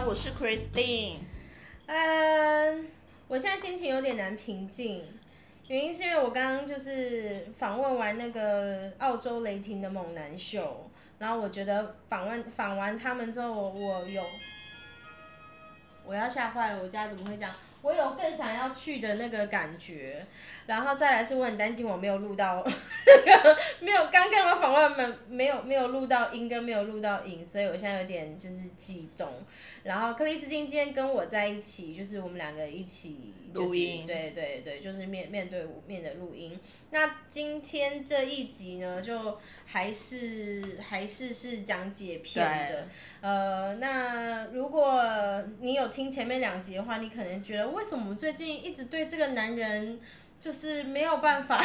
我是 Christine。 我现在心情有点难平静，原因是因为我刚刚就是访问完那个澳洲雷霆的猛男秀，然后我觉得访完他们之后，我要吓坏了，我家怎么会这样？我有更想要去的那个感觉，然后再来是我很担心我没有录到没有刚跟他们访问没有录到音跟没有录到影，所以我现在有点就是激动。然后克里斯汀今天跟我在一起，就是我们两个一起录音， 对对对，就是面对面的录音。那今天这一集呢，就还是讲解片的。那如果你有听前面2集的话，你可能觉得为什么我最近一直对这个男人就是没有办法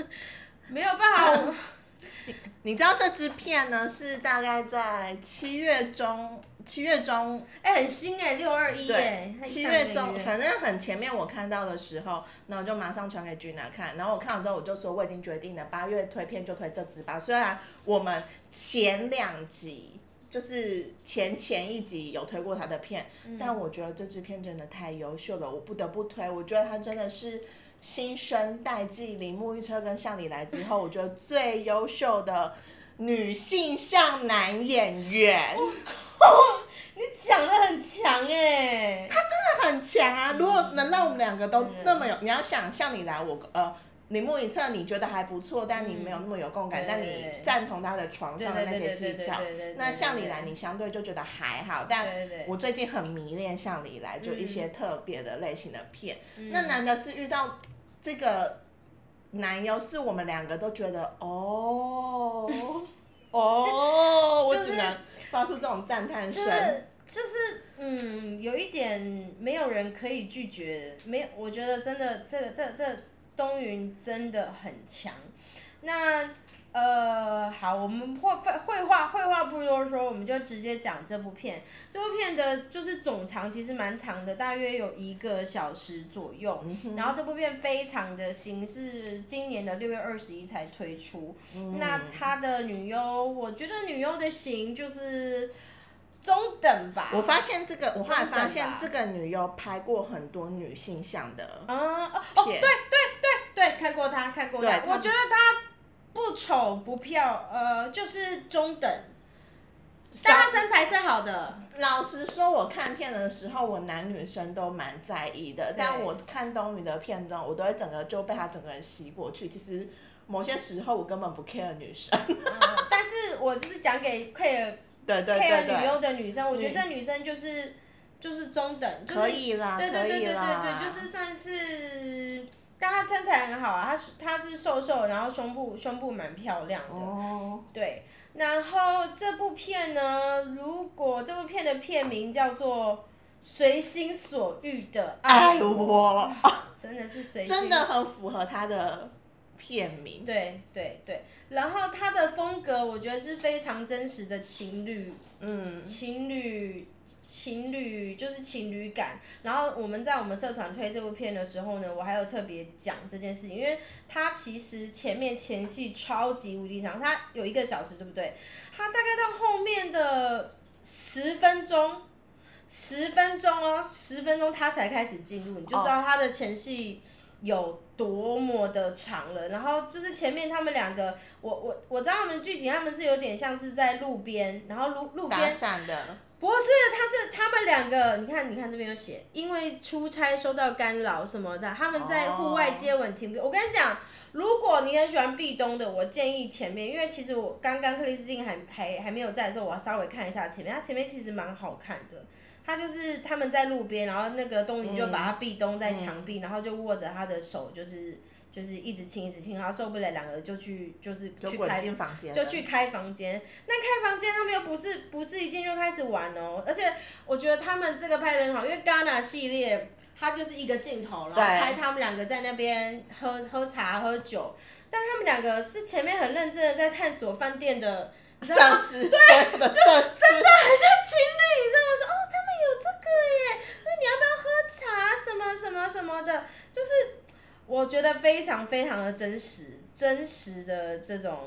你知道这支片呢是大概在7月中， 很新621 对，7月中，反正很前面我看到的时候，然后我就马上传给Gina看，然后我看完之后我就说我已经决定了8月推片就推这支吧，虽然我们前2集就是前一集有推过他的片，但我觉得这支片真的太优秀了，我不得不推，我觉得他真的是新生代继铃木一车跟向里来之后，我觉得最优秀的女性向男演员。 你讲得很强耶， 他真的很强啊！如果能让我们2个都那么有，你要想向你来，铃木一侧你觉得还不错，但你没有那么有共感，但你赞同他的床上的那些技巧。那向里来你相对就觉得还好，但我最近很迷恋向里来，就一些特别的类型的片。那难的是遇到这个男优，是我们2个都觉得我只能发出这种赞叹声。 有一点没有人可以拒绝，我觉得真的这东云真的很强。那好，我们绘画不多说，我们就直接讲这部片。这部片的就是总长其实蛮长的，大约有1个小时左右。然后这部片非常的新，是今年的6月21才推出。那它的女优，我觉得女优的型就是中等吧。 我后来发现这个女优拍过很多女性向的片。 对，看过她。我觉得她不丑不漂，就是中等，但她身材是好的。 老实说，我看片的时候，我男女生都蛮在意的，但我看东宇的片中，我都会整个就被他整个人吸过去。其实某些时候我根本不 care 女生， 但是我就是讲给 care 女优的女生，我觉得这女生就是中等， 可以啦， 对，就是算是。但她身材很好啊，她是瘦瘦，然后胸部蛮漂亮的，对。然后这部片呢，如果这部片的片名叫做《随心所欲的爱我》，真的是随心， 真的很符合她的片名。 对。然后她的风格，我觉得是非常真实的情侣就是情侣感。然后我们在我们社团推这部片的时候呢，我还有特别讲这件事情，因为它其实前戏超级无敌长，它有1个小时，对不对？它大概到后面的10分钟它才开始进入，你就知道它的前戏有多么的长了。然后就是前面他们2个，我知道他们的剧情，他们是有点像是在路边，然后路边搭讪的。 不是，他们2个，你看这边有写，因为出差受到干扰什么的，他们在户外接吻停。我跟你讲，如果你很喜欢壁咚的，我建议前面，因为其实我刚刚克里斯汀还没有在的时候，我要稍微看一下前面，他前面其实蛮好看的。他就是他们在路边，然后那个东云就把他壁咚在墙壁，然后就握着他的手，就是一直亲，然后受不了，2个就去开房间， 就去开房间。那开房间他们又不是一进就开始玩哦，而且我觉得他们这个拍得很好，因为 Ghana 系列它就是一个镜头，然后拍他们2个在那边喝茶喝酒，但他们2个是前面很认真的在探索饭店的。 设施，对， 就真的很像情侣，你知道吗？说他们有这个耶，那你要不要喝茶？什么的，就是我觉得非常非常的真实的这种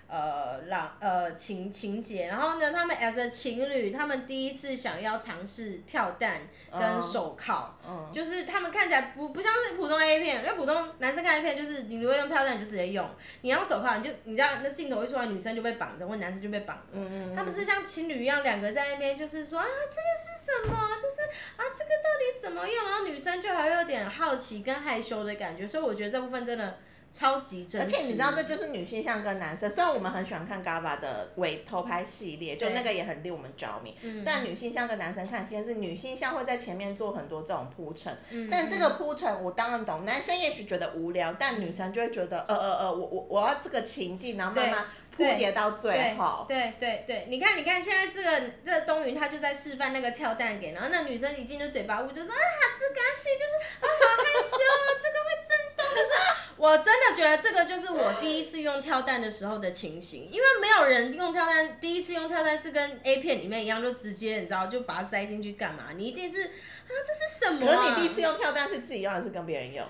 情节，然后呢，他们 as 情侣，他们第一次想要尝试跳蛋跟手铐，就是他们看起来不像是普通 A 片，因为普通男生看 A 片就是你如果用跳蛋你就直接用，你用手铐你知道那镜头一出来，女生就被绑着，或男生就被绑着，他们是像情侣一样，两个在那边就是说啊这个是什么，就是啊这个到底怎么用，然后女生就还有点好奇跟害羞的感觉，所以我觉得这部分真的。超级真实， 而且你知道这就是女性向跟男生，虽然我们很喜欢看 GAVA 的偷拍系列，就那个也很令我们着迷，但女性向跟男生看系列是女性向会在前面做很多这种铺陈，但这个铺陈我当然懂，男生也许觉得无聊，但女生就会觉得我要这个情境，然后慢慢铺叠到最后。 对，你看现在这个东云他就在示范那个跳蛋给，然后那女生一进就嘴巴捂，就说啊这个戏就是好害羞哦，这个会震动，就是我真的觉得这个就是我第一次用跳蛋的时候的情形，因为没有人用跳蛋，第一次用跳蛋是跟 A 片里面一样，就直接你知道就把它塞进去干嘛？你一定是啊这是什么可是你第一次用跳蛋是自己用还是跟别人用？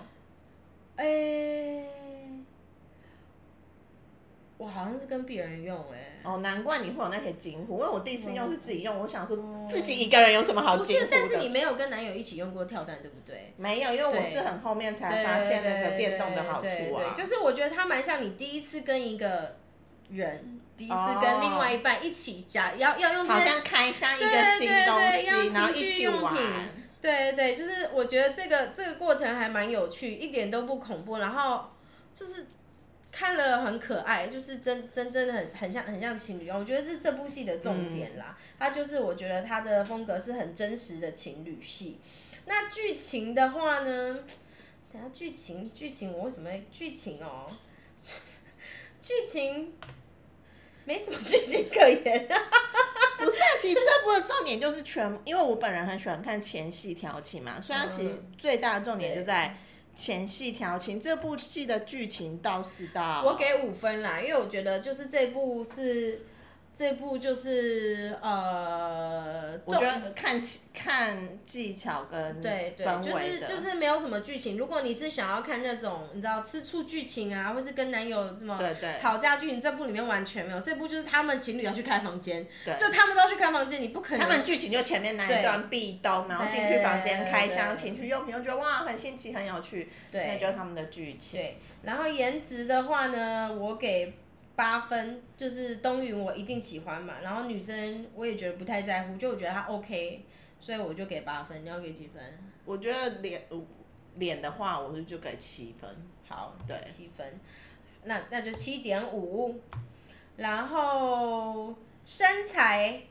我好像是跟别人用难怪你会有那些惊呼，因为我第一次用是自己用，我想说自己一个人有什么好惊呼的？ 不是，但是你没有跟男友一起用过跳蛋，对不对？ 没有，因为我是很后面才发现那个电动的好处啊。 对，就是我觉得它蛮像你第一次跟一个人，第一次跟另外一半一起要用这些， 好像开箱一个新东西，然后一起玩。 对，就是我觉得这个过程还蛮有趣，一点都不恐怖，然后就是看了很可爱，就是真的很像情侣，我觉得是这部戏的重点啦。它就是我觉得它的风格是很真实的情侣戏。那剧情的话呢，等下剧情我为什么剧情剧情没什么剧情可言。 不是，其实这部的重点就是因为我本人很喜欢看前戏调情嘛，所以它其实最大的重点就在前戏调情。这部戏的剧情倒是到我给5分啦，因为我觉得就是这部就是我觉得看技巧跟氛围的， 就是没有什么剧情。如果你是想要看那种你知道吃醋剧情啊，或是跟男友什么吵架剧情，这部里面完全没有。这部就是他们情侣要去开房间，就他们都要去开房间，你不可能。 他们剧情就前面那一段壁咚，然后进去房间开箱情趣用品，就觉得哇很新奇很有趣，那就是他们的剧情。 对，然后颜值的话呢，我给8分，就是东云我一定喜欢嘛，然后女生我也觉得不太在乎，就我觉得她 OK， 所以我就给8分。你要给几分？ 我觉得脸的话，我就给7分。 好， 对 ，7分，那就7.5，然后身材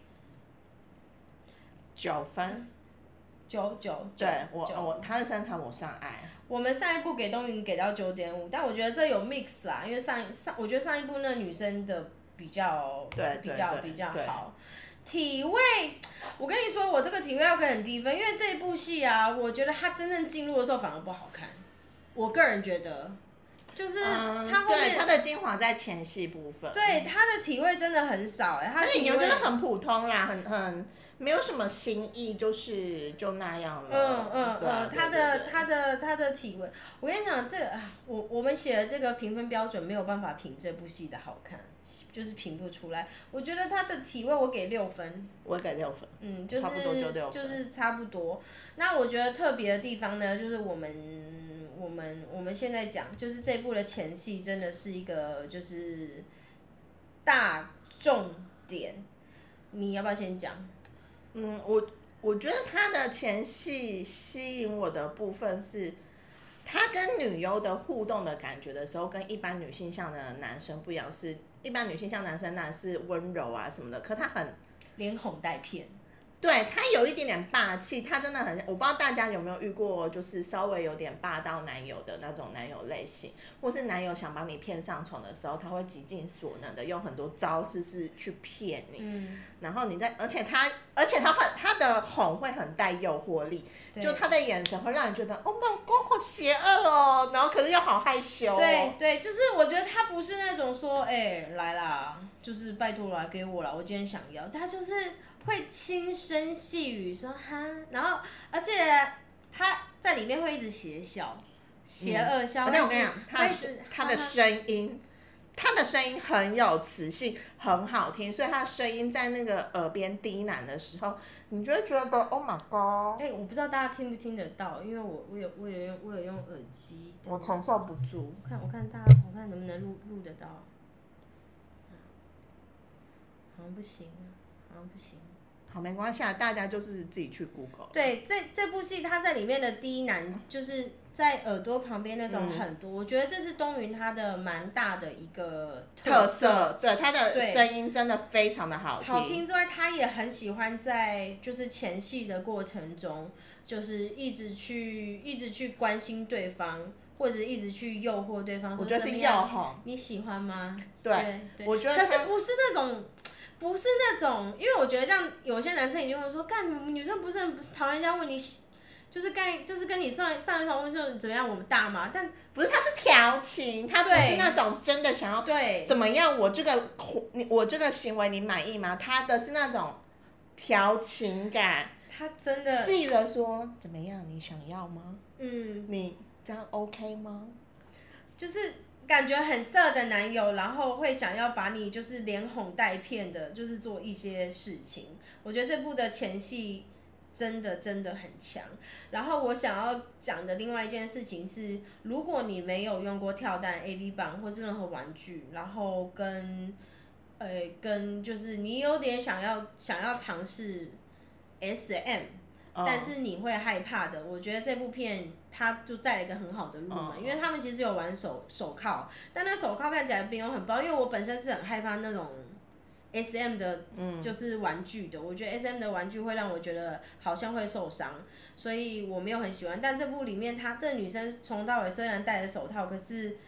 9分。 9， 对他的身材我算爱。 我们上一部给东云给到9.5，但我觉得这有 mix 啦，因为我觉得上一部那女生的比较好。体位，我跟你说，我这个体位要给很低分，因为这一部戏啊，我觉得它真正进入的时候反而不好看。我个人觉得，就是它后面它的精华在前戏部分。 对，它的体位真的很少它的体位真的很普通啦，很没有什么新意，就那样了。 他的体位，我跟你讲，这个我们写的这个评分标准没有办法评这部戏的好看，就是评不出来。我觉得他的体位我给6分， 我给6分， 就是差不多就6分， 就是差不多。那我觉得特别的地方呢，就是我们现在讲，就是这部的前戏真的是一个就是大重点。你要不要先讲？ 我觉得他的前戏吸引我的部分是，他跟女优的互动的感觉的时候，跟一般女性向的男生不一样，是一般女性向男生那是温柔啊什么的，可他很连哄带骗。 对，他有一点点霸气，他真的很，我不知道大家有没有遇过，就是稍微有点霸道男友的那种男友类型，或是男友想把你骗上床的时候，他会极尽所能的用很多招式是去骗你，然后你而且他的哄会很带诱惑力，就他的眼神会让你觉得 Oh my God 好邪恶哦，然后可是又好害羞对，就是我觉得他不是那种说来啦，就是拜托啦给我啦，我今天想要，他就是会轻声细语说哈，然后而且他在里面会一直邪笑，邪恶笑。 而且我跟你讲，他的声音他的声音很有磁性，很好听，所以他的声音在那个耳边低喃的时候，你就会觉得 Oh my god！ 我不知道大家听不听得到，因为我有用耳机， 我承受不住。 我看能不能录得到，好像不行， 好，没关系啊，大家就是自己去 Google。 对，这部戏它在里面的低喃，就是在耳朵旁边那种很多，我觉得这是东云他的蛮大的一个特色。对，他的声音真的非常的好听。 好听之外，他也很喜欢在就是前戏的过程中，就是一直去关心对方，或者一直去诱惑对方。 我觉得是诱惑。 你喜欢吗？ 对，我觉得。 可是不是那种，因为我觉得像有些男生一定会说，干女生不是很讨厌人家问你，就是跟你上一场问说怎么样，我们大吗？但不是，他是调情，他不是那种真的想要怎么样，我这个行为你满意吗？他的是那种调情感， 他真的细的说怎么样，你想要吗？你这样 OK 吗？ 就是感觉很色的男友，然后会想要把你就是连哄带骗的，就是做一些事情。我觉得这部的前戏真的很强。然后我想要讲的另外一件事情是，如果你没有用过跳蛋、AV 棒或是任何玩具，然后跟就是你有点想要尝试 SM。但是你会害怕的，我觉得这部片它就带了一个很好的入门，因为他们其实有玩手铐，但那手铐看起来并没有很薄，因为我本身是很害怕那种 SM 的，就是玩具的，我觉得 SM 的玩具会让我觉得好像会受伤，所以我没有很喜欢。但这部里面，她这个女生从到尾虽然戴着手套，可是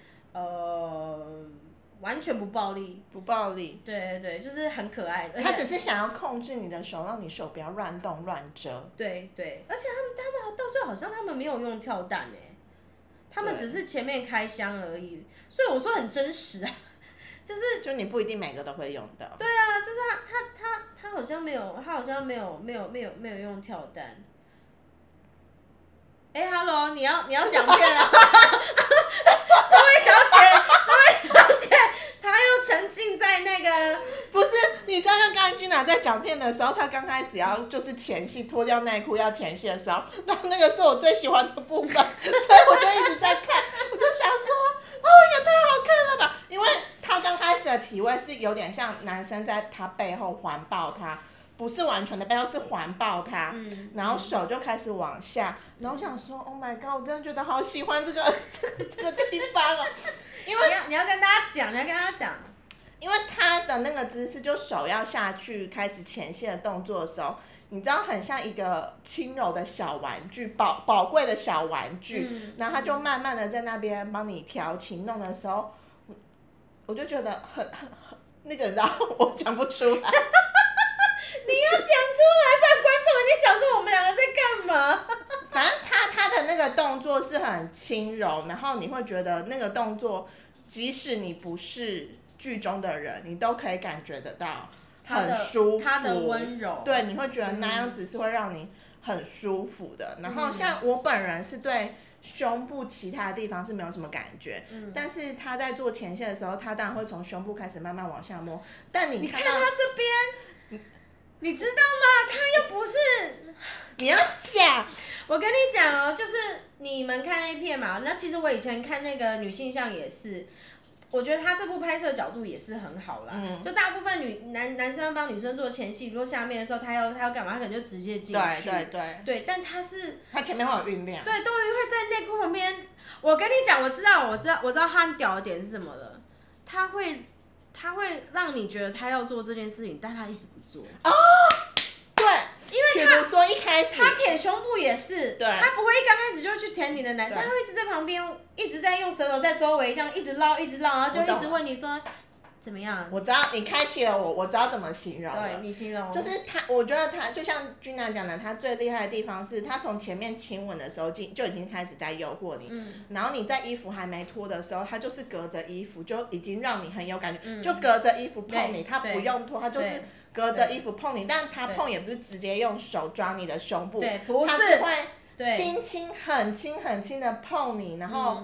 完全不暴力，对，就是很可爱。 他只是想要控制你的手，让你手不要乱动乱折。 对，而且他们到最后好像他们没有用跳蛋他们只是前面开箱而已，所以我说很真实啊， 就你不一定每个都会用到。 对啊，就是他好像没有用跳蛋。Hello， 你要讲片了，这位小姐，她又沉浸在那个， 不是，你知道刚刚君娜在讲片的时候，她刚开始要就是前戏脱掉内裤要前戏的时候，然后那个是我最喜欢的部分，所以我就一直在看，我就想说，也太好看了吧，因为她刚开始的体位是有点像男生在她背后环抱她。不是完全的背后，是环抱他，然后手就开始往下，然后我想说 ，Oh my god， 我真的觉得好喜欢这个地方哦，因为你要跟大家讲， 因为他的那个姿势，就手要下去开始前线的动作的时候，你知道很像一个轻柔的小玩具，宝贵的小玩具，然后他就慢慢的在那边帮你调情弄的时候，我就觉得很那个，你知道我讲不出来。 你要讲出来，不然观众一定想说我们两个在干嘛？ 反正他的那个动作是很轻柔，然后你会觉得那个动作，即使你不是剧中的人，你都可以感觉得到很舒服。 他的温柔， 对，你会觉得那样子是会让你很舒服的。然后像我本人是对胸部其他的地方是没有什么感觉，但是他在做前线的时候，他当然会从胸部开始慢慢往下摸。但你看他这边。你知道吗？他又不是， 你要讲， 我跟你讲哦，就是你们看 A 片嘛，那其实我以前看那个女性向也是，我觉得他这部拍摄角度也是很好啦。就大部分男生帮女生做前戏，如果下面的时候他要干嘛，他可能就直接进去。对，但他前面会有酝酿。 对，终于会在内裤旁边。我跟你讲，我知道他很屌的点是什么了，他会让你觉得他要做这件事情，但他一直不做。 对，因为比如说一开始他舔胸部也是， 对， 他不会一刚开始就去舔你的奶，他会一直在旁边，一直在用舌头在周围这样一直捞，然后就一直问你说怎么样？ 我知道你开启了我知道怎么形容了。 对，你形容。 就是我觉得他就像君娜讲的，他最厉害的地方是他从前面亲吻的时候就已经开始在诱惑你，然后你在衣服还没脱的时候，他就是隔着衣服就已经让你很有感觉，就隔着衣服碰你，他不用脱，他就是隔着衣服碰你，但他碰也不是直接用手抓你的胸部， 对，不是， 他是会轻轻很轻的碰你，然后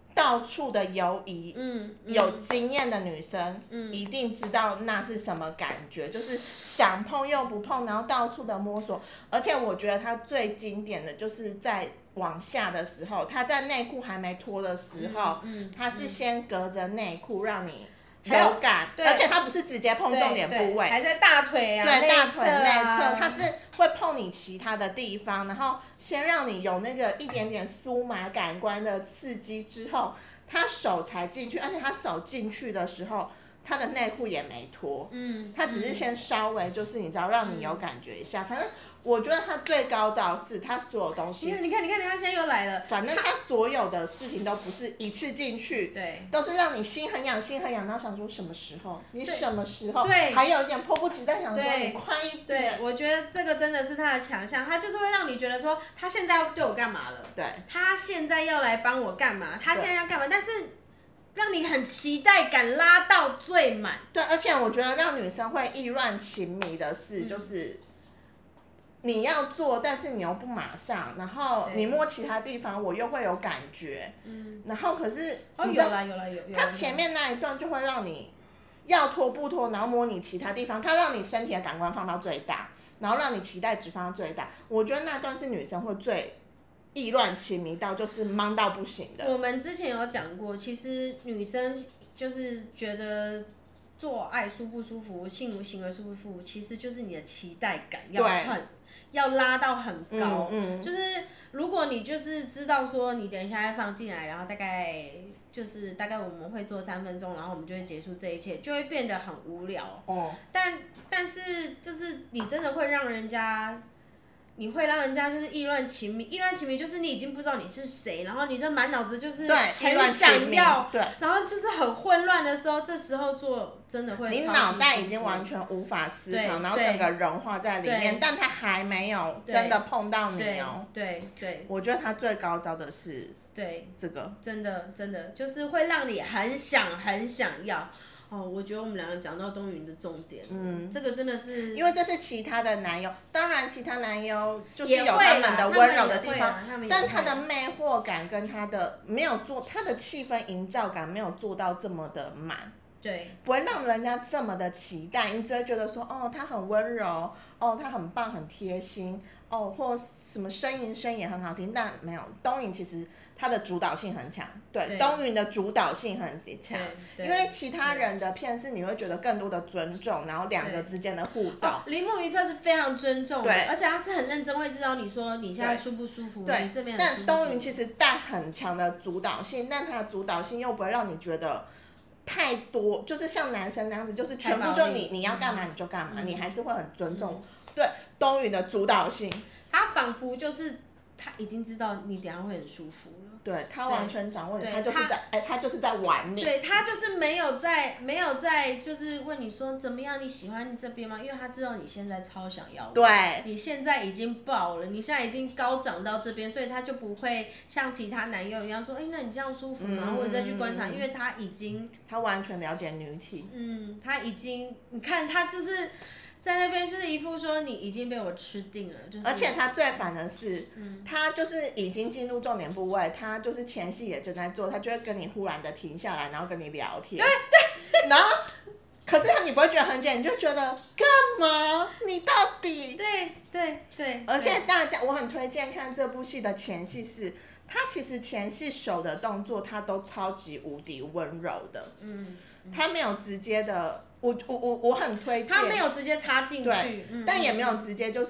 到处的游移，有经验的女生，一定知道那是什么感觉，就是想碰又不碰，然后到处的摸索。而且我觉得它最经典的就是在往下的时候，她在内裤还没脱的时候，她是先隔着内裤让你有感，而且它不是直接碰重点部位， 还在大腿啊， 对，大腿内侧，它是是会碰你其他的地方，然后先让你有那个一点点酥麻感官的刺激之后，他手才进去，而且他手进去的时候，他的内裤也没脱，他只是先稍微就是你知道让你有感觉一下，反正我觉得他最高招是他所有东西， 你看，他现在又来了。 反正他所有的事情都不是一次进去， 对， 都是让你心很痒，然后想说什么时候，你什么时候， 对， 还有一点迫不及待想说你快一点。对，我觉得这个真的是他的强项，他就是会让你觉得说他现在要对我干嘛了， 对， 他现在要来帮我干嘛，他现在要干嘛，但是让你很期待感拉到最满。 对，而且我觉得让女生会意乱情迷的事就是。你要做，但是你又不马上，然后你摸其他地方，我又会有感觉，然后可是有啦， 他前面那一段就会让你要脱不脱，然后摸你其他地方，他让你身体的感官放到最大，然后让你期待值放到最大。我觉得那段是女生会最意乱情迷到，就是忙到不行的。 我们之前有讲过，其实女生就是觉得。做爱舒不舒服，性行为舒不舒服，其实就是你的期待感要拉到很高，就是如果你就是知道说你等一下要放进来，然后大概我们会做3分钟，然后我们就会结束这一切，就会变得很无聊。但是就是你真的会让人家。你会让人家就是意乱情迷，就是你已经不知道你是谁，然后你就满脑子就是很想要， 对， 然后就是很混乱的时候，这时候做真的会你脑袋已经完全无法思考，然后整个融化在里面，但他还没有真的碰到你哦。 对， 我觉得他最高招的是这个， 真的就是会让你很想要。我觉得我们两个讲到东云的重点，这个真的是， 因为这是其他的男优，当然其他男优就是有他们的温柔的地方，但他的魅惑感跟他的没有做，他的气氛营造感没有做到这么的满， 对， 不会让人家这么的期待，你只会觉得说，他很温柔，他很棒，很贴心，或什么声音也很好听，但没有东云其实。他的主导性很强，对，东云的主导性很强，因为其他人的片是你会觉得更多的尊重，然后两个之间的互动。 铃木一彻是非常尊重的，而且他是很认真，会知道你说你现在舒不舒服，你这边。 但东云其实带很强的主导性，但他的主导性又不会让你觉得太多，就是像男生那样子，就是全部就你要干嘛你就干嘛，你还是会很尊重。对，东云的主导性， 他仿佛就是他已经知道你等一下会很舒服了。 对，他完全掌握你，他就是在玩你。 对，他就是没有在就是问你说怎么样，你喜欢你这边吗？因为他知道你现在超想要， 对， 你现在已经爆了，你现在已经高涨到这边，所以他就不会像其他男优一样说，那你这样舒服吗？或者再去观察，因为他已经他完全了解女体， 他已经，你看他就是。在那边就是一副说你已经被我吃定了，就是。 而且他最烦的是，他就是已经进入重点部位，他就是前戏也正在做，他就会跟你忽然的停下来，然后跟你聊天。对。然后，可是你不会觉得很简，你就觉得干嘛？你到底？ 对。 而且大家，我很推荐看这部戏的前戏是，他其实前戏手的动作他都超级无敌温柔的，他没有直接的。我很推荐， 他没有直接插进去， 但也没有直接就是，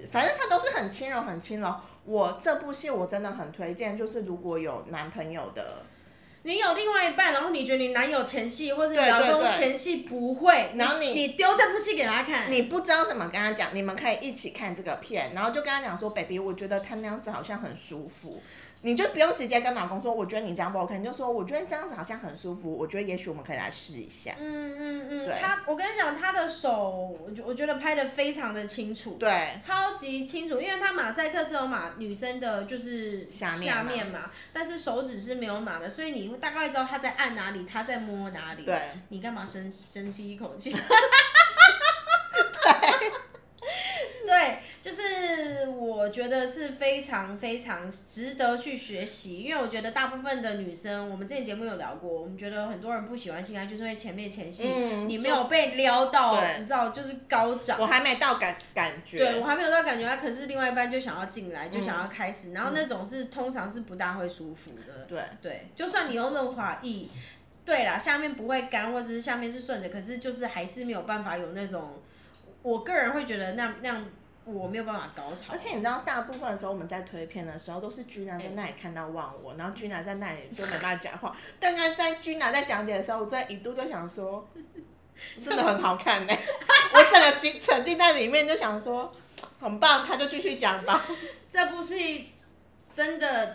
反正他都是很轻柔。我这部戏我真的很推荐，就是如果有男朋友的， 你有另外一半，然后你觉得你男友前戏或者你老公前戏不会， 然后你丢这部戏给他看， 你不知道怎么跟他讲，你们可以一起看这个片，然后就跟他讲说 ，baby， 我觉得他那样子好像很舒服。你就不用直接跟老公说，我觉得你这样不 OK， 你就说我觉得这样子好像很舒服，我觉得也许我们可以来试一下。 对。我跟你讲，他的手，我觉得拍得非常的清楚， 对， 超级清楚，因为他马赛克只有码女生的就是下面嘛，但是手指是没有码的，所以你会大概知道他在按哪里，他在摸哪里。 对。 你干嘛深吸一口气？对，就是我觉得是非常非常值得去学习，因为我觉得大部分的女生，我们之前节目有聊过，我们觉得很多人不喜欢性爱，就是因为前戏、你没有被撩到，你知道就是高涨， 我还没到感觉， 对我还没有到感觉，可是另外一半就想要进来，就想要开始，然后那种是通常是不大会舒服的，对，就算你用润滑液。对啦，下面不会干，或者是下面是顺的，可是就是还是没有办法有那种，我个人会觉得那样我没有办法高潮。 而且你知道，大部分的时候我们在推片的时候，都是居娜在那里看到忘我，然后居娜在那里就没办法讲话。但在居娜在讲解的时候，我一度就想说，真的很好看呢、我整个沉浸在里面，就想说很棒，他就继续讲吧。 这部戏。真的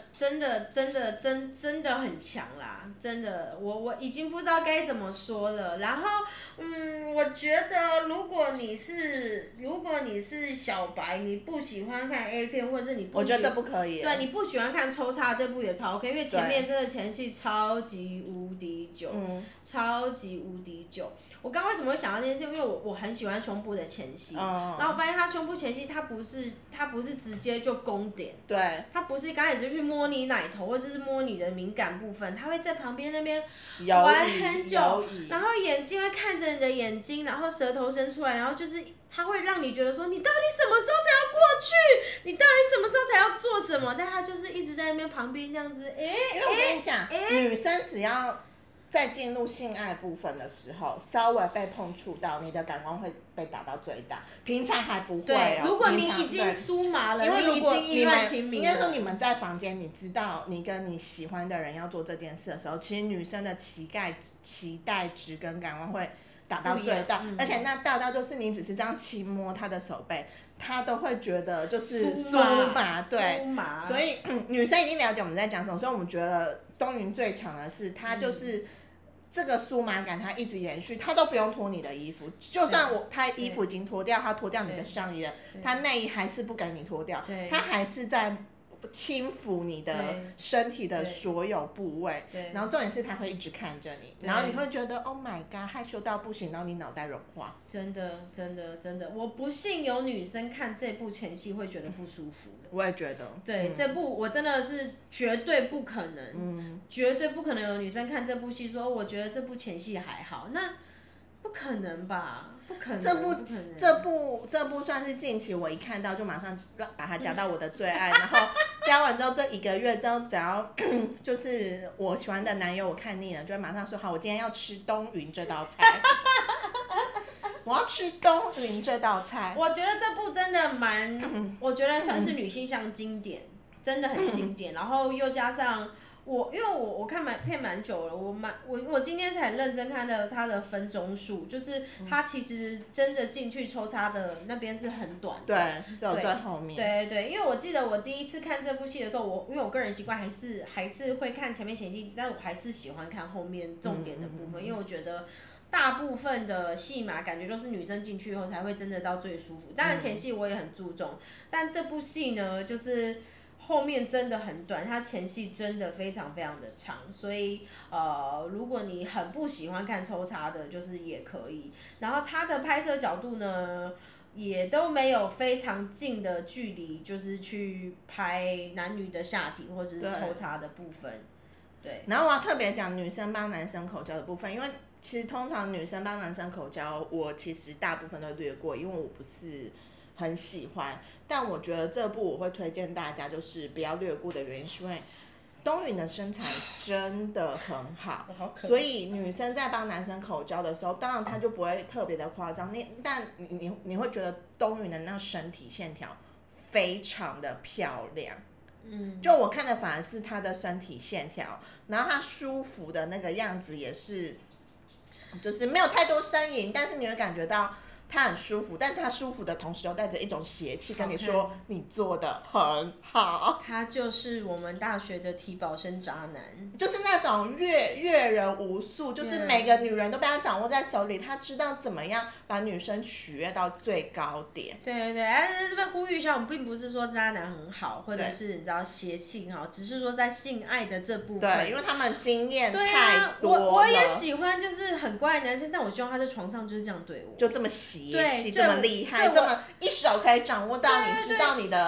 很强啦！真的，我已经不知道该怎么说了。然后，我觉得如果你是小白，你不喜欢看 A 片，或者是你不， 我觉得这不可以。 对，你不喜欢看抽插这部也超 OK， 因为前面真的前戏超级无敌久，超级无敌久。我刚刚为什么会想到这件事？因为我很喜欢胸部的前戏，然后我发现他胸部前戏，他不是直接就攻点， 对， 他不是刚开始就去摸你奶头或者是摸你的敏感部分，他会在旁边那边玩很久，然后眼睛会看着你的眼睛，然后舌头伸出来，然后就是他会让你觉得说你到底什么时候才要过去，你到底什么时候才要做什么，但他就是一直在那边旁边这样子，因为我跟你讲，女生只要在进入性爱部分的时候，稍微被碰触到，你的感官会被打到最大。平常还不会对，如果你已经酥麻了， 因为如果意乱情迷了， 应该说你们在房间，你知道你跟你喜欢的人要做这件事的时候，其实女生的期待值跟感官会打到最大，而且那大到就是你只是这样轻摸她的手背，她都会觉得就是酥麻，对，所以女生已经了解我们在讲什么，所以我们觉得东云最强的是她就是这个酥麻感，她一直延续，她都不用脱你的衣服，就算她衣服已经脱掉，她脱掉你的上衣了，她内衣还是不给你脱掉，她还是在轻抚你的身体的所有部位，然后重点是他会一直看着你，然后你会觉得 Oh my god 害羞到不行，然后你脑袋融化。真的，我不信有女生看这部前戏会觉得不舒服的。 我也觉得。 对，这部我真的是绝对不可能，绝对不可能有女生看这部戏说我觉得这部前戏还好，那不可能吧？不可能。这部算是近期我一看到就马上把它加到我的最爱，然后加完之后这1个月之后，只要就是我喜欢的男友我看腻了，就会马上说好，我今天要吃东云这道菜。我要吃东云这道菜。 我觉得这部真的我觉得算是女性向经典，真的很经典。然后又加上因为我看片蛮久了，我今天才认真看了它的分钟数，就是它其实真的进去抽插的那边是很短的， 对，只有最后面。 对，因为我记得我第一次看这部戏的时候，因为我个人习惯还是会看前面前戏，但我还是喜欢看后面重点的部分，因为我觉得大部分的戏码感觉都是女生进去以后才会真的到最舒服。当然前戏我也很注重，但这部戏呢，就是后面真的很短，它前戏真的非常非常的长，所以如果你很不喜欢看抽插的，就是也可以。然后它的拍摄角度呢，也都没有非常近的距离，就是去拍男女的下体或者是抽插的部分。对。 然后我要特别讲女生帮男生口交的部分，因为其实通常女生帮男生口交，我其实大部分都略过，因为我不是很喜欢。但我觉得这部我会推荐大家，就是不要略过的原因，是因为东云的身材真的很好，所以女生在帮男生口交的时候，当然她就不会特别的夸张，但你会觉得东云的那身体线条非常的漂亮。就我看的反而是她的身体线条，然后她舒服的那个样子也是，就是没有太多呻吟，但是你会感觉到他很舒服，但他舒服的同时又带着一种邪气，跟你说你做的很好。 他就是我们大学的体保生渣男， 就是那种阅人无数，就是每个女人都被他掌握在手里，他知道怎么样把女生取悦到最高点。 对，但是这边呼吁一下，我们并不是说渣男很好，或者是你知道邪气很好，只是说在性爱的这部分， 对，因为他们经验太多了。 我也喜欢就是很乖的男生，但我希望他在床上就是这样对我， 就这么邪气，这么厉害，这么一手可以掌握到你，知道你的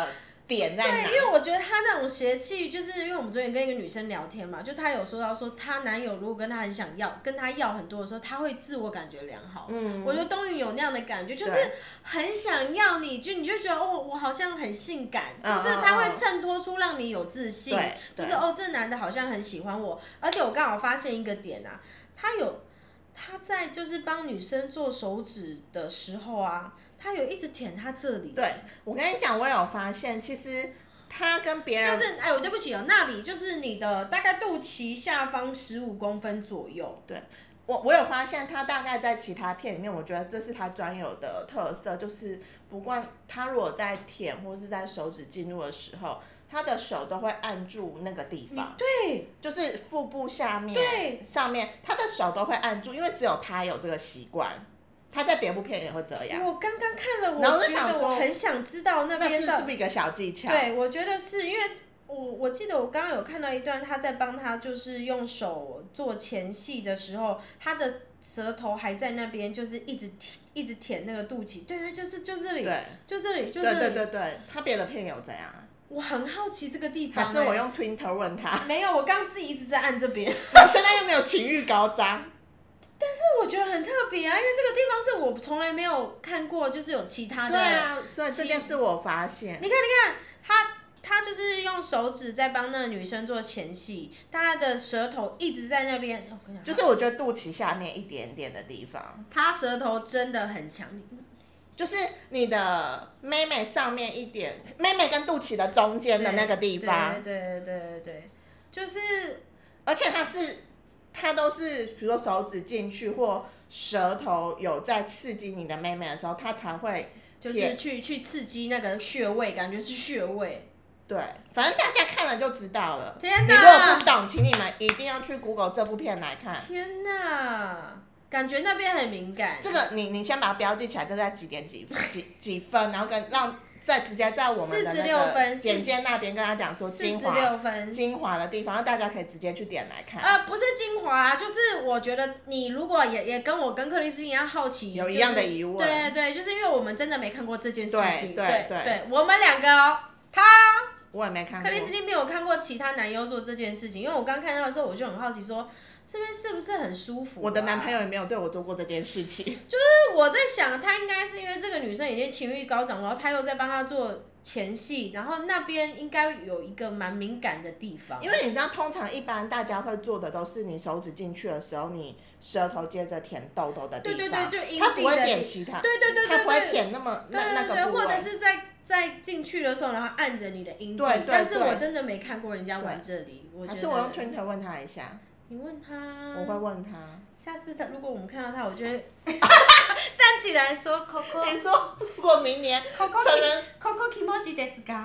点在哪？ 对，因为我觉得他那种邪气，就是因为我们昨天跟一个女生聊天嘛，就她有说到说，她男友如果跟她很想要，跟她要很多的时候，她会自我感觉良好。我觉得东云有那样的感觉，就是很想要你，你就觉得哦，我好像很性感，就是他会衬托出让你有自信，就是哦，这男的好像很喜欢我，而且我刚好发现一个点啊，他在就是帮女生做手指的时候啊。他有一直舔他这里。 对，我跟你讲，我有发现，其实他跟别人就是我对不起那里就是你的大概肚脐下方15公分左右。 对，我有发现他大概在其他片里面，我觉得这是他专有的特色，就是不管他如果在舔或是在手指进入的时候，他的手都会按住那个地方。 对， 就是腹部下面， 对， 上面，他的手都会按住，因为只有他有这个习惯。他在别部片也会这样。 我刚刚看了， 然后我觉得我很想知道那边是不是一个小技巧？ 对，我觉得是因为我记得我刚刚有看到一段，他在帮他就是用手做前戏的时候，他的舌头还在那边，就是一直舔那个肚脐。对，就这里， 对， 就这里， 对，他别的片有这样啊。 我很好奇这个地方。 还是我用 Twitter 问他？ 没有，我刚刚自己一直在按这边。 现在又没有情欲高涨。 但是我觉得很特别啊，因为这个地方是我从来没有看过，就是有其他的。 对啊，所以这件事我发现。 你看，他就是用手指在帮那个女生做前戏，他的舌头一直在那边。 就是我觉得肚脐下面一点点的地方， 他舌头真的很强。 就是你的妹妹上面一点，妹妹跟肚脐的中间的那个地方。 对，就是， 而且它都是比如说手指进去或舌头有在刺激你的妹妹的时候，它才会就是去刺激那个穴位，感觉是穴位。 对，反正大家看了就知道了。 天哪！ 你如果不懂，请你们一定要去 Google 这部片来看。 天哪！感觉那边很敏感。 这个你先把它标记起来，这在几点几分，然后再直接在我们的那个简介那边跟他讲说精华的地方，让大家可以直接去点来看。 不是精华啊，就是我觉得你如果也跟我跟克里斯一样好奇， 有一样的疑问， 对，就是因为我们真的没看过这件事情， 对， 我们两个我也没看过， 克里斯汀没有看过其他男优做这件事情，因为我刚看到的时候我就很好奇说。这边是不是很舒服？ 我的男朋友也没有对我做过这件事情。 就是我在想，他应该是因为这个女生已经情欲高涨，然后他又在帮他做前戏，然后那边应该有一个蛮敏感的地方。 因为你知道，通常一般大家会做的都是你手指进去的时候，你舌头接着舔痘痘的地方， 对， 他不会舔其他， 对， 他不会舔那么那个部位， 或者是在进去的时候，然后按着你的阴蒂。对，但是我真的没看过人家玩这里，我觉得。 还是我用 Twitter 问他一下。 你问他， 我会问他。 下次如果我们看到他，我就会站起来说 Coco。 你说如果明年成人 Coco kimoji desu ka？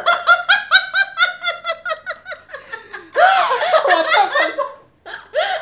我这说，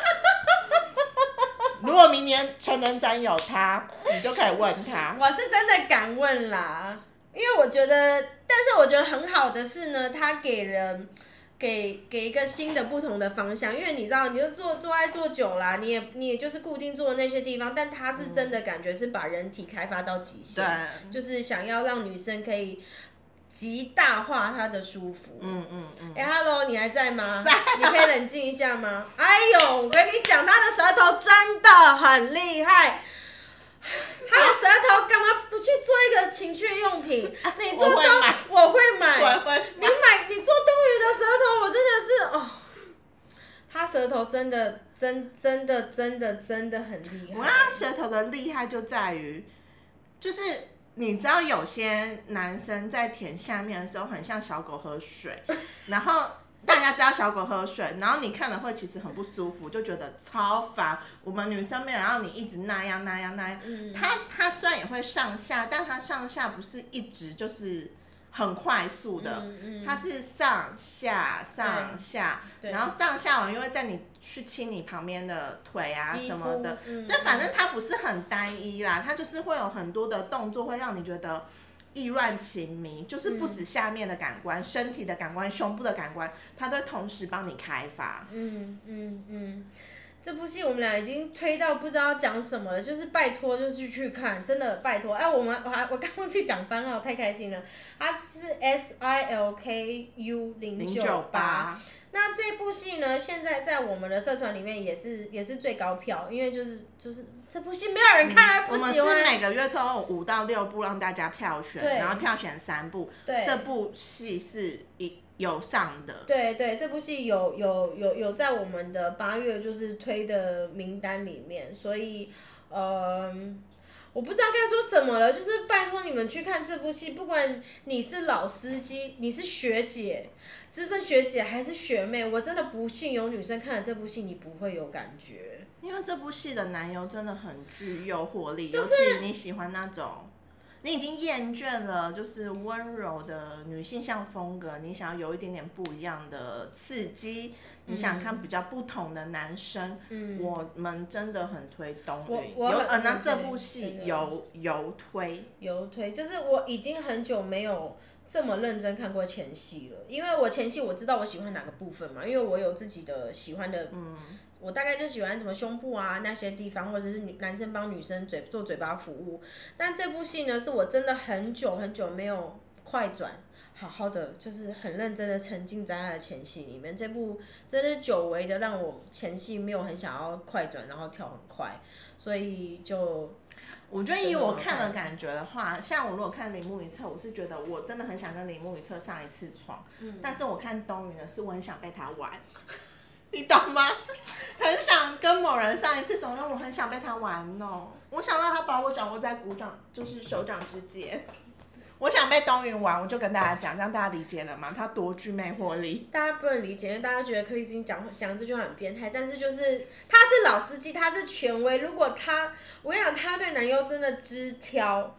如果明年成人展有他，你就可以问他。 我是真的敢问啦，因为我觉得，但是我觉得很好的是呢，他给人。给一个新的不同的方向，因为你知道，你就做久啦，你也就是固定做的那些地方，但他是真的感觉是把人体开发到极限，就是想要让女生可以极大化她的舒服。Hello， 你还在吗？在。你可以冷静一下吗？哎呦，我跟你讲，他的舌头真的很厉害。他的舌头干嘛不去做一个情趣用品？你做我会买。你做东鱼的舌头，我真的是哦。他舌头真的很厉害。 他舌头的厉害就在于，就是你知道有些男生在舔下面的时候，很像小狗喝水，然后。大家知道小狗喝水，然后你看了会其实很不舒服，就觉得超烦。我们女生没有让你一直那样。它虽然也会上下，但它上下不是一直就是很快速的，它是上下，然后上下完又会在你去亲你旁边的腿啊什么的，对，反正它不是很单一啦，它就是会有很多的动作会让你觉得。意乱情迷，就是不止下面的感官，身体的感官，胸部的感官，它都同时帮你开发。 这部戏我们俩已经推到不知道讲什么了，就是拜托就是去看，真的拜托。哎，我刚忘记讲番号，太开心了。它是 SILKU098。那这部戏呢，现在在我们的社团里面也是最高票，因为就是这部戏没有人看，不喜欢。 我们是每个月都有5到6部让大家票选，然后票选3部。 对， 这部戏是有上的。 对，这部戏有在我们的8月就是推的名单里面，所以我不知道该说什么了，就是拜托你们去看这部戏，不管你是老司机，你是学姐、资深学姐还是学妹，我真的不信有女生看了这部戏你不会有感觉。 因为这部戏的男优真的很具诱惑力， 就是尤其你喜欢那种。你已经厌倦了就是温柔的女性向风格，你想要有一点点不一样的刺激，你想看比较不同的男生，我们真的很推东云。那这部戏有推， 就是我已经很久没有这么认真看过前戏了，因为我前戏我知道我喜欢哪个部分嘛，因为我有自己的喜欢的，我大概就喜欢什么胸部啊那些地方，或者是男生帮女生做嘴巴服务。但这部戏呢，是我真的很久很久没有快转，好好的就是很认真的沉浸在他的前戏里面。这部真的是久违的让我前戏没有很想要快转，然后跳很快，所以就。 我觉得以我看的感觉的话，像我如果看铃木一彻，我是觉得我真的很想跟铃木一彻上一次床，但是我看东云的是我很想被他玩。你懂吗？很想跟某人上一次床，因为我很想被他玩哦。我想让他把我掌握在就是手掌之间。我想被东云玩，我就跟大家讲，这样大家理解了吗？他多具魅惑力。 大家不能理解，因为大家觉得克里斯汀讲这句话很变态，但是就是他是老司机，他是权威。如果我跟你讲，他对男优真的枝挑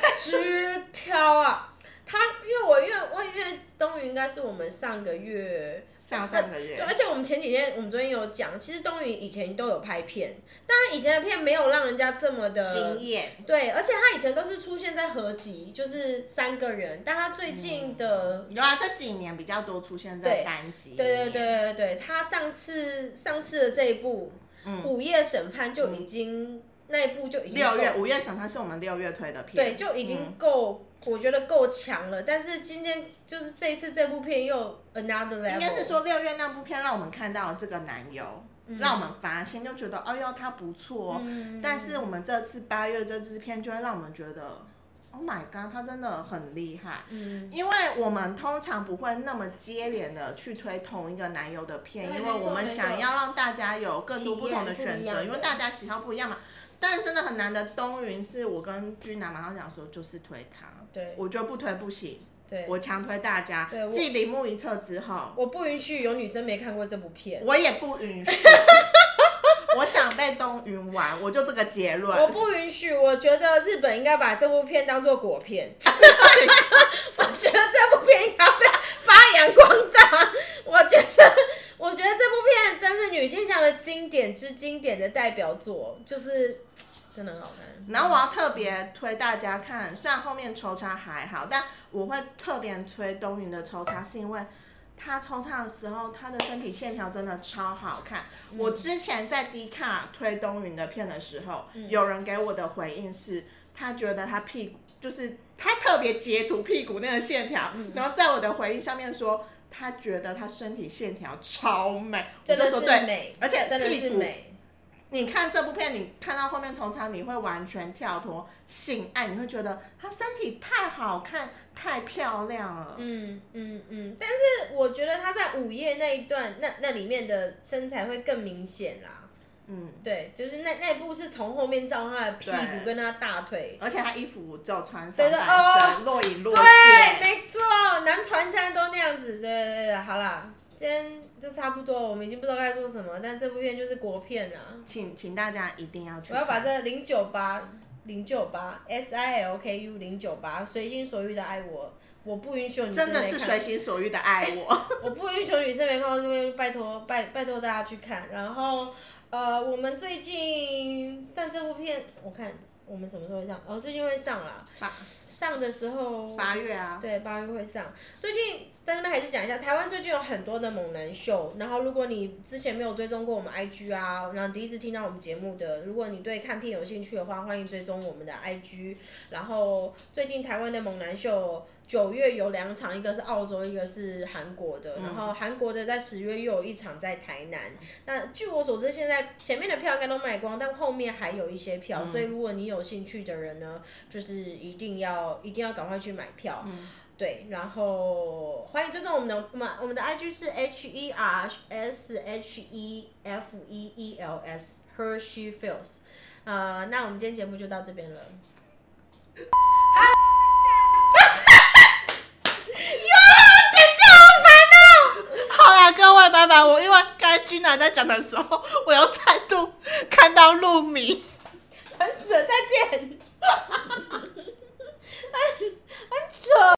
啊。因为东云应该是我们上个月。 上个月， 对，而且我们前几天，我们昨天有讲，其实东云以前都有拍片，当然以前的片没有让人家这么的惊艳，对， 而且他以前都是出现在合集，就是3个人，但他最近的有啊，这几年比较多出现在单集， 对，他上次的这一部《午夜审判》就已经那一部就已经 《午夜审判》是我们6月推的片， 对，就已经够。我觉得够强了，但是今天就是这一次这部片又 another level。 应该是说6月那部片让我们看到这个男优，让我们发现就觉得哎呦他不错，但是我们这次8月这支片就会让我们觉得 Oh my god 他真的很厉害，因为我们通常不会那么接连的去推同一个男优的片，因为我们想要让大家有更多不同的选择，因为大家喜好不一样嘛。但真的很难的，东云是我跟君娜马上讲说就是推他， 对， 我觉得不推不行， 对， 我强推大家。继铃木一彻之后， 我不允许有女生没看过这部片， 我也不允许。我想被东云玩，我就这个结论。 我不允许，我觉得日本应该把这部片当作国片。我觉得这部片应该被发扬光大。我觉得这部片真是女性向的经典之经典的代表作，就是真的很好看。 然后我要特别推大家看，虽然后面抽插还好，但我会特别推东云的抽插，是因为他抽插的时候，他的身体线条真的超好看。我之前在 Dcard 推东云的片的时候，有人给我的回应是，他觉得他屁股就是他特别截图屁股那个线条，然后在我的回应上面说，他觉得他身体线条超美， 真的是美， 而且真的是美。 你看这部片，你看到后面抽插，你会完全跳脱性爱，你会觉得她身体太好看、太漂亮了。 但是我觉得她在午夜那一段，那里面的身材会更明显啦。对，就是那一部是从后面照她的屁股跟她大腿， 而且她衣服只有穿上半身，若隐若现。 对，没错，男团餐都那样子。对，好啦。今天就差不多，我们已经不知道该说什么，但这部片就是国片啊， 请大家一定要去看。 我要把这098 SILKU 098随心所欲的爱我不允许有女生没看， 真的是随心所欲的爱我。 我不允许有女生没看过这边，拜托大家去看。然后我们最近，但这部片我看我们什么时候会上？最近会上啦。 上的时候 8月啊， 对，8月会上。最近在这边还是讲一下，台湾最近有很多的猛男秀。然后，如果你之前没有追踪过我们 IG 啊，然后第一次听到我们节目的，如果你对看片有兴趣的话，欢迎追踪我们的 IG。然后，最近台湾的猛男秀9月有2场，一个是澳洲，一个是韩国的。然后韩国的在10月又有1场在台南。那据我所知，现在前面的票应该都卖光，但后面还有一些票，所以如果你有兴趣的人呢，就是一定要赶快去买票。对，然后欢迎追踪我们的 IG 是 HERSHEFEELS Hershey Feels。那我们今天节目就到这边了。 好啦，各位，拜拜。我因为刚才君娜在讲的时候，我又再度看到陆米， 烦死了，再见。很扯。